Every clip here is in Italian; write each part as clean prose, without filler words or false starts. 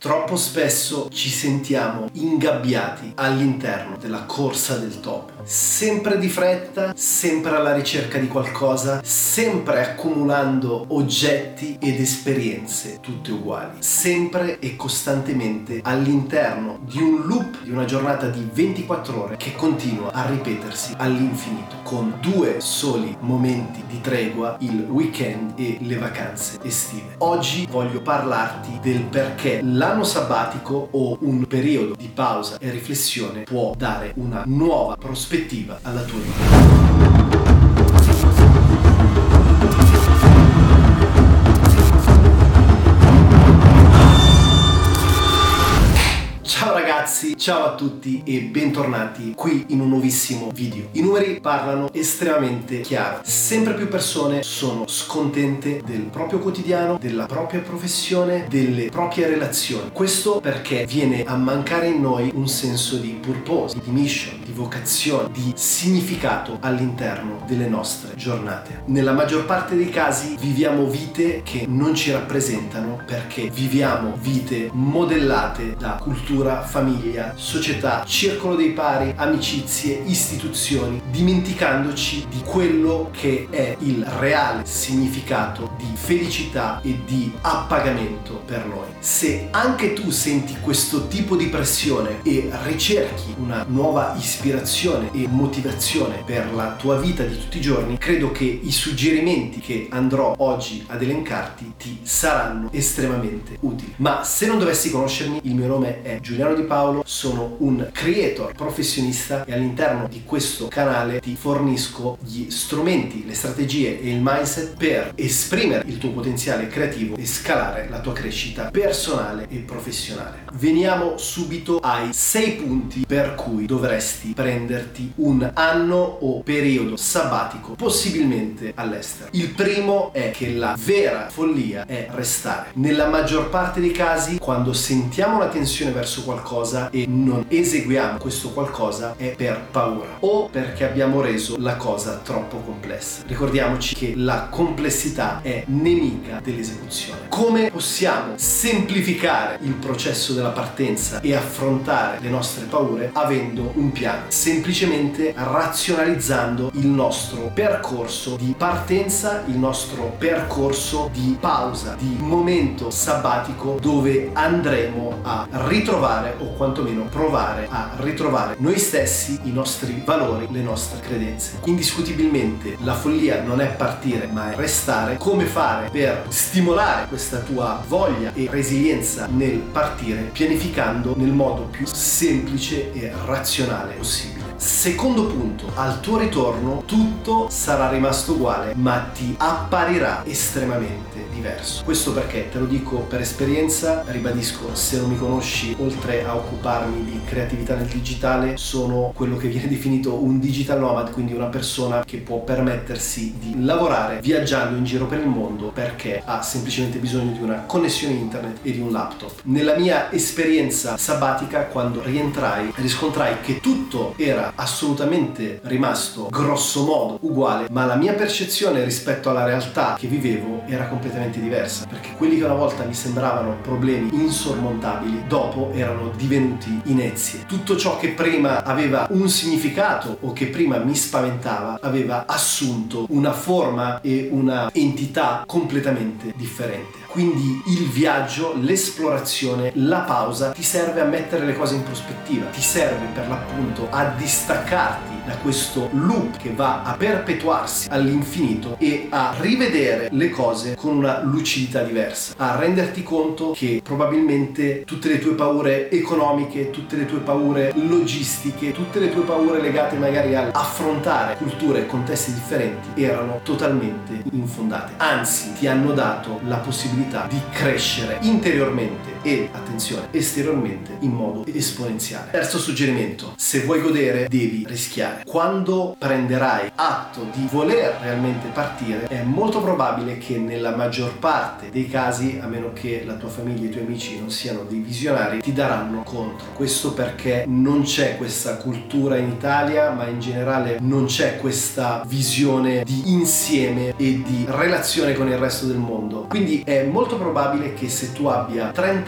Troppo spesso ci sentiamo ingabbiati all'interno della corsa del top, sempre di fretta, sempre alla ricerca di qualcosa, sempre accumulando oggetti ed esperienze tutte uguali, sempre e costantemente all'interno di un loop di una giornata di 24 ore che continua a ripetersi all'infinito, con due soli momenti di tregua, il weekend e le vacanze estive. Oggi voglio parlarti del perché l'anno sabbatico o un periodo di pausa e riflessione può dare una nuova prospettiva alla tua vita. Ciao ragazzi, ciao a tutti e bentornati qui in un nuovissimo video. I numeri parlano estremamente chiaro. Sempre più persone sono scontente del proprio quotidiano, della propria professione, delle proprie relazioni. Questo perché viene a mancare in noi un senso di purpose, di mission, di vocazione, di significato all'interno delle nostre giornate. Nella maggior parte dei casi viviamo vite che non ci rappresentano perché viviamo vite modellate da cultura, famiglia, società, circolo dei pari, amicizie, istituzioni, dimenticandoci di quello che è il reale significato di felicità e di appagamento per noi. Se anche tu senti questo tipo di pressione e ricerchi una nuova ispirazione e motivazione per la tua vita di tutti i giorni, credo che i suggerimenti che andrò oggi ad elencarti ti saranno estremamente utili. Ma se non dovessi conoscermi, il mio nome è Giuliano Di Paolo, sono un creator professionista e all'interno di questo canale ti fornisco gli strumenti, le strategie e il mindset per esprimere il tuo potenziale creativo e scalare la tua crescita personale e professionale. Veniamo subito ai 6 punti per cui dovresti prenderti un anno o periodo sabbatico, possibilmente all'estero. Il primo è che la vera follia è restare. Nella maggior parte dei casi, quando sentiamo una tensione verso qualcosa e non eseguiamo questo qualcosa è per paura o perché abbiamo reso la cosa troppo complessa. Ricordiamoci che la complessità è nemica dell'esecuzione. Come possiamo semplificare il processo della partenza e affrontare le nostre paure? Avendo un piano, semplicemente razionalizzando il nostro percorso di partenza, il nostro percorso di pausa, di momento sabbatico dove andremo a ritrovare o quantomeno provare a ritrovare noi stessi, i nostri valori, le nostre credenze. Indiscutibilmente la follia non è partire ma è restare. Come fare per stimolare questa tua voglia e resilienza nel partire? Pianificando nel modo più semplice e razionale possibile. Secondo punto, al tuo ritorno tutto sarà rimasto uguale ma ti apparirà estremamente diverso. Questo perché te lo dico per esperienza, ribadisco, se non mi conosci, oltre a occuparmi di creatività nel digitale, sono quello che viene definito un digital nomad, quindi una persona che può permettersi di lavorare viaggiando in giro per il mondo perché ha semplicemente bisogno di una connessione internet e di un laptop. Nella mia esperienza sabbatica, quando rientrai, riscontrai che tutto era assolutamente rimasto grosso modo uguale, ma la mia percezione rispetto alla realtà che vivevo era completamente diversa, perché quelli che una volta mi sembravano problemi insormontabili dopo erano divenuti inezie. Tutto ciò che prima aveva un significato o che prima mi spaventava aveva assunto una forma e una entità completamente differente. Quindi il viaggio, l'esplorazione, la pausa ti serve a mettere le cose in prospettiva, ti serve per l'appunto a distaccarti da questo loop che va a perpetuarsi all'infinito e a rivedere le cose con una lucidità diversa, a renderti conto che probabilmente tutte le tue paure economiche, tutte le tue paure logistiche, tutte le tue paure legate magari all'affrontare culture e contesti differenti erano totalmente infondate, anzi ti hanno dato la possibilità di crescere interiormente e, attenzione, esteriormente in modo esponenziale. Terzo suggerimento: se vuoi godere devi rischiare. Quando prenderai atto di voler realmente partire, è molto probabile che nella maggior parte dei casi, a meno che la tua famiglia e i tuoi amici non siano dei visionari, ti daranno contro. Questo perché non c'è questa cultura in Italia, ma in generale non c'è questa visione di insieme e di relazione con il resto del mondo. Quindi è molto probabile che se tu abbia 30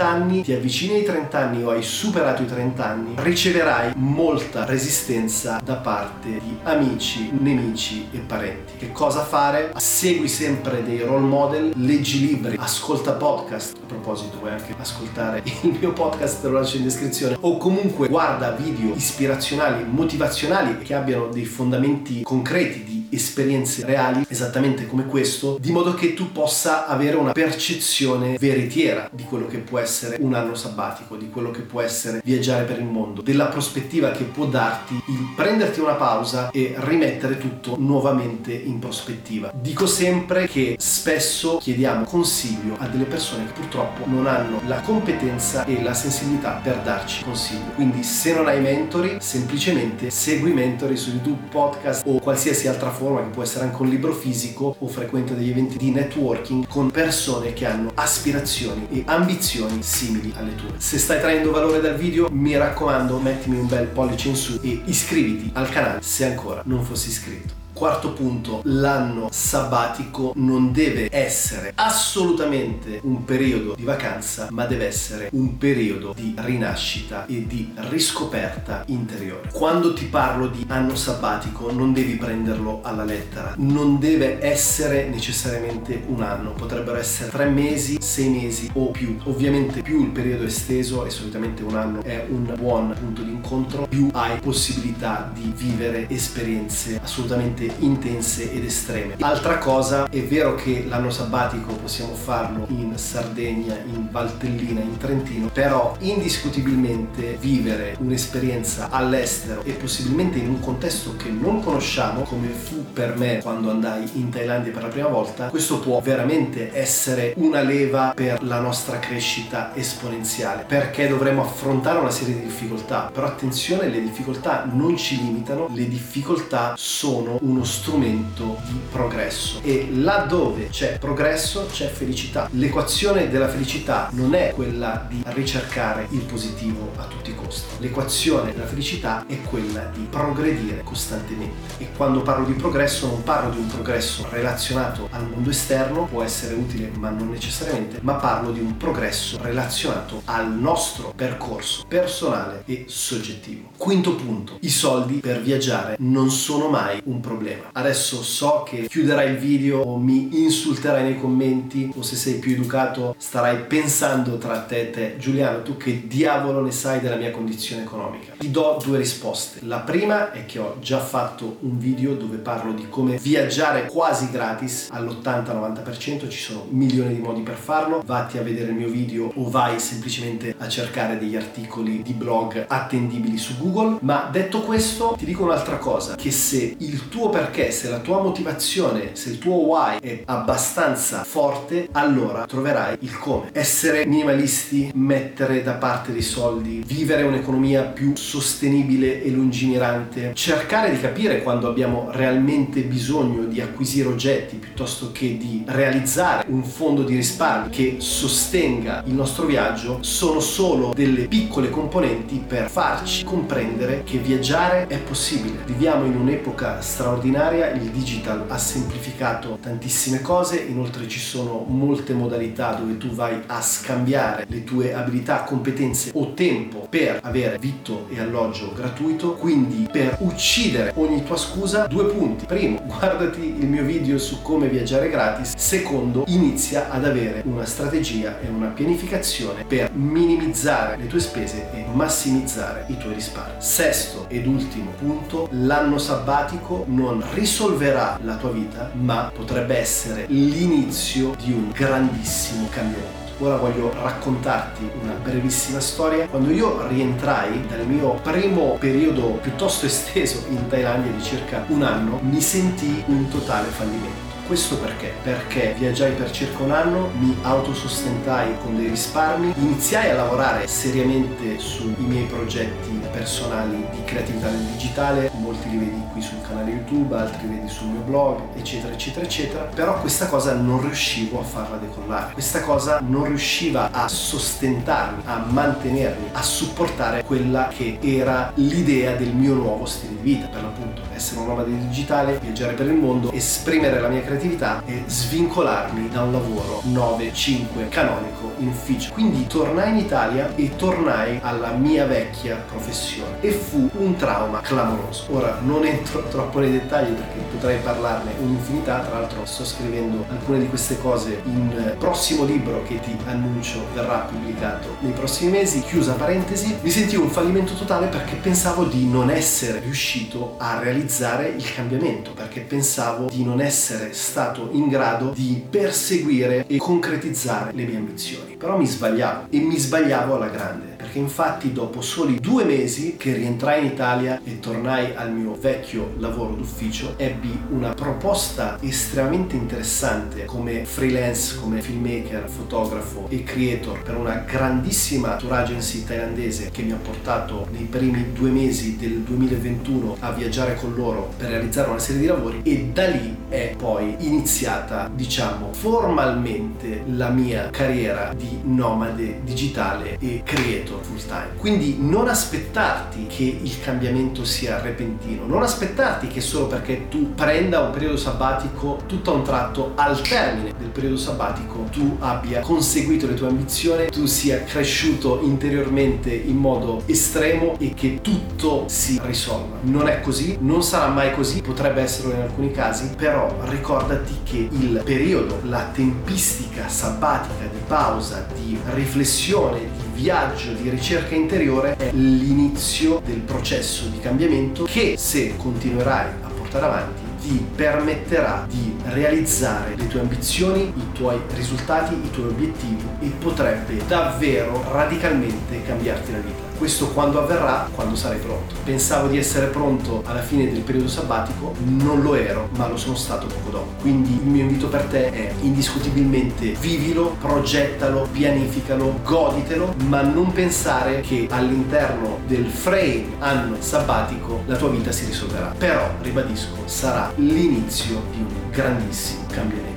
30 anni, ti avvicini ai 30 anni o hai superato i 30 anni, riceverai molta resistenza da parte di amici, nemici e parenti. Che cosa fare? Segui sempre dei role model, leggi libri, ascolta podcast. A proposito, puoi anche ascoltare il mio podcast, te lo lascio in descrizione, o comunque guarda video ispirazionali, motivazionali che abbiano dei fondamenti concreti di esperienze reali, esattamente come questo, di modo che tu possa avere una percezione veritiera di quello che può essere un anno sabbatico, di quello che può essere viaggiare per il mondo, della prospettiva che può darti il prenderti una pausa e rimettere tutto nuovamente in prospettiva. Dico sempre che spesso chiediamo consiglio a delle persone che purtroppo non hanno la competenza e la sensibilità per darci consiglio. Quindi se non hai mentori, semplicemente segui mentori su YouTube, podcast o qualsiasi altra forma, che può essere anche un libro fisico, o frequenta degli eventi di networking con persone che hanno aspirazioni e ambizioni simili alle tue. Se stai traendo valore dal video, mi raccomando, mettimi un bel pollice in su e iscriviti al canale se ancora non fossi iscritto. Quarto punto, l'anno sabbatico non deve essere assolutamente un periodo di vacanza, ma deve essere un periodo di rinascita e di riscoperta interiore. Quando ti parlo di anno sabbatico non devi prenderlo alla lettera, non deve essere necessariamente un anno, potrebbero essere 3 mesi, 6 mesi o più. Ovviamente più il periodo è esteso, e solitamente un anno è un buon punto di incontro, più hai possibilità di vivere esperienze assolutamente intense ed estreme. Altra cosa, è vero che l'anno sabbatico possiamo farlo in Sardegna, in Valtellina, in Trentino, però indiscutibilmente vivere un'esperienza all'estero e possibilmente in un contesto che non conosciamo, come fu per me quando andai in Thailandia per la prima volta, questo può veramente essere una leva per la nostra crescita esponenziale, perché dovremo affrontare una serie di difficoltà. Però attenzione, le difficoltà non ci limitano, le difficoltà sono uno strumento di progresso, e laddove c'è progresso c'è felicità. L'equazione della felicità non è quella di ricercare il positivo a tutti i costi, l'equazione della felicità è quella di progredire costantemente. E quando parlo di progresso non parlo di un progresso relazionato al mondo esterno, può essere utile ma non necessariamente, ma parlo di un progresso relazionato al nostro percorso personale e soggettivo. Quinto punto, i soldi per viaggiare non sono mai un problema. Adesso so che chiuderai il video o mi insulterai nei commenti, o se sei più educato starai pensando tra te e te: Giuliano, tu che diavolo ne sai della mia condizione economica? Ti do 2 risposte. La prima è che ho già fatto un video dove parlo di come viaggiare quasi gratis all'80-90%, ci sono milioni di modi per farlo, vatti a vedere il mio video o vai semplicemente a cercare degli articoli di blog attendibili su Google. Ma detto questo, ti dico un'altra cosa, che se il tuo perché, se la tua motivazione, se il tuo why è abbastanza forte, allora troverai il come. Essere minimalisti, mettere da parte dei soldi, vivere un'economia più sostenibile e lungimirante, cercare di capire quando abbiamo realmente bisogno di acquisire oggetti piuttosto che di realizzare un fondo di risparmio che sostenga il nostro viaggio, sono solo delle piccole componenti per farci comprendere che viaggiare è possibile. Viviamo in un'epoca straordinaria, il digital ha semplificato tantissime cose, inoltre ci sono molte modalità dove tu vai a scambiare le tue abilità, competenze o tempo per avere vitto e alloggio gratuito. Quindi, per uccidere ogni tua scusa, 2 punti: primo, guardati il mio video su come viaggiare gratis; secondo, inizia ad avere una strategia e una pianificazione per minimizzare le tue spese e massimizzare i tuoi risparmi. Sesto ed ultimo punto, l'anno sabbatico non risolverà la tua vita, ma potrebbe essere l'inizio di un grandissimo cambiamento. Ora voglio raccontarti una brevissima storia. Quando io rientrai dal mio primo periodo piuttosto esteso in Thailandia di circa un anno, mi sentii un totale fallimento. Questo perché? Perché viaggiai per circa un anno, mi autosostentai con dei risparmi, iniziai a lavorare seriamente sui miei progetti personali di creatività nel digitale, molti li vedi qui sul canale YouTube, altri vedi sul mio blog, eccetera eccetera eccetera, però questa cosa non riuscivo a farla decollare, questa cosa non riusciva a sostentarmi, a mantenermi, a supportare quella che era l'idea del mio nuovo stile di vita, per l'appunto essere un nomade digitale, viaggiare per il mondo, esprimere la mia creatività creatività è svincolarmi da un lavoro 9-5 canonico in ufficio. Quindi tornai in Italia e tornai alla mia vecchia professione e fu un trauma clamoroso. Ora non entro troppo nei dettagli perché potrei parlarne un'infinità, tra l'altro sto scrivendo alcune di queste cose in prossimo libro che ti annuncio verrà pubblicato nei prossimi mesi. Chiusa parentesi, mi sentivo un fallimento totale perché pensavo di non essere riuscito a realizzare il cambiamento, perché pensavo di non essere stato in grado di perseguire e concretizzare le mie ambizioni. Però mi sbagliavo e mi sbagliavo alla grande, perché infatti dopo soli 2 mesi che rientrai in Italia e tornai al mio vecchio lavoro d'ufficio, ebbi una proposta estremamente interessante come freelance, come filmmaker, fotografo e creator per una grandissima tour agency thailandese che mi ha portato nei primi 2 mesi del 2021 a viaggiare con loro per realizzare una serie di lavori, e da lì è poi iniziata, diciamo, formalmente la mia carriera di nomade digitale e creator full time. Quindi non aspettarti che il cambiamento sia repentino, non aspettarti che solo perché tu prenda un periodo sabbatico, tutto a un tratto al termine del periodo sabbatico tu abbia conseguito le tue ambizioni, tu sia cresciuto interiormente in modo estremo e che tutto si risolva. Non è così, non sarà mai così, potrebbe esserlo in alcuni casi, però ricordati che il periodo, la tempistica sabbatica di pausa, di riflessione, di viaggio, di ricerca interiore è l'inizio del processo di cambiamento che, se continuerai a portare avanti, ti permetterà di realizzare le tue ambizioni, i tuoi risultati, i tuoi obiettivi e potrebbe davvero radicalmente cambiarti la vita. Questo quando avverrà? Quando sarai pronto. Pensavo di essere pronto alla fine del periodo sabbatico, non lo ero, ma lo sono stato poco dopo. Quindi il mio invito per te è indiscutibilmente vivilo, progettalo, pianificalo, goditelo, ma non pensare che all'interno del frame anno sabbatico la tua vita si risolverà. Però, ribadisco, sarà l'inizio di un grandissimo cambiamento.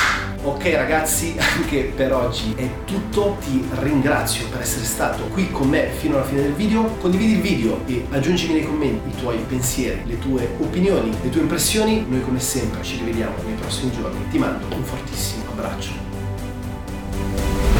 Ok ragazzi, anche per oggi è tutto, ti ringrazio per essere stato qui con me fino alla fine del video. Condividi il video e aggiungimi nei commenti i tuoi pensieri, le tue opinioni, le tue impressioni. Noi come sempre ci rivediamo nei prossimi giorni, ti mando un fortissimo abbraccio.